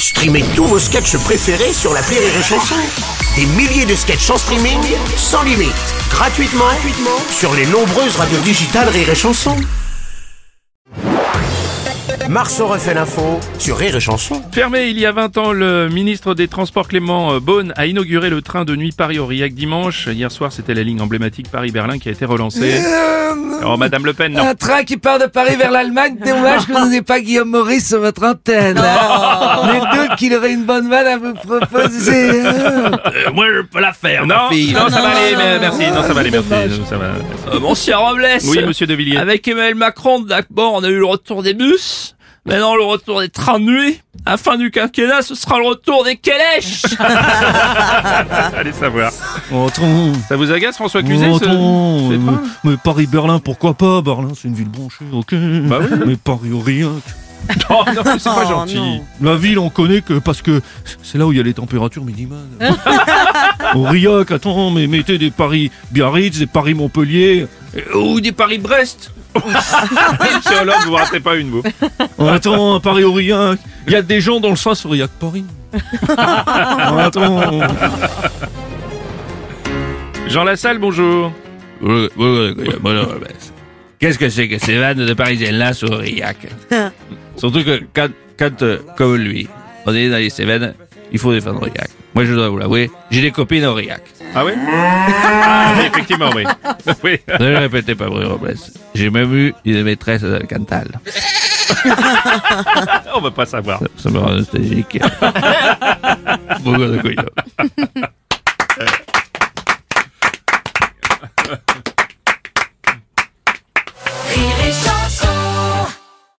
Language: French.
Streamez tous vos sketchs préférés sur l'appli Rire et Chanson. Des milliers de sketchs en streaming, sans limite, gratuitement sur les nombreuses radios digitales Rire et Chanson. Marceau refait l'info sur Rire et Chanson. Fermé il y a 20 ans, le ministre des Transports Clément Beaune a inauguré le train de nuit Paris-Aurillac dimanche. Hier soir, c'était la ligne emblématique Paris-Berlin qui a été relancée. Oh, Madame Le Pen, non. Un train qui part de Paris vers l'Allemagne, dommage que vous n'ayez pas Guillaume Maurice sur votre antenne. Mais doute qu'il aurait une bonne vanne à vous proposer. Moi, je peux la faire, Non, ma fille. non, ça va aller, merci. Non, ça va aller, merci. Ça va, merci. Monsieur Robles. Oui, monsieur De Villiers. Avec Emmanuel Macron, d'accord, on a eu le retour des bus. Maintenant, le retour des trains de nuit. À la fin du quinquennat, ce sera le retour des calèches. Allez savoir. Attends, Ça vous agace, François Cluzet, ce train mais Paris-Berlin, pourquoi pas? Berlin, c'est une ville branchée, ok. Bah oui. Mais Paris-Aurillac, Oh, non, mais c'est pas gentil. la ville, on connaît que parce que c'est là où il y a les températures minimales. Aurillac, attends, mais mettez des Paris-Biarritz, des Paris-Montpellier. Ou des Paris-Brest. Monsieur Hollande, vous ratez pas une, vous. Attends, Paris-Aurillac, il y a des gens dans le sens Aurillac-Paris. Attends. Jean Lassalle, bonjour. Qu'est-ce que c'est que ces vannes de Parisiens-là sur Aurillac? Surtout que quand comme lui, on est dans les Cévennes, il faut défendre Aurillac. Moi, je dois vous l'avouer, j'ai des copines à Aurillac. Ah oui? Ah, oui, effectivement, oui. Oui. Ne le répétez pas, Bruno Robles. J'ai même eu une maîtresse dans le Cantal. On va pas savoir. Ça me rend nostalgique. Beaucoup de couilles.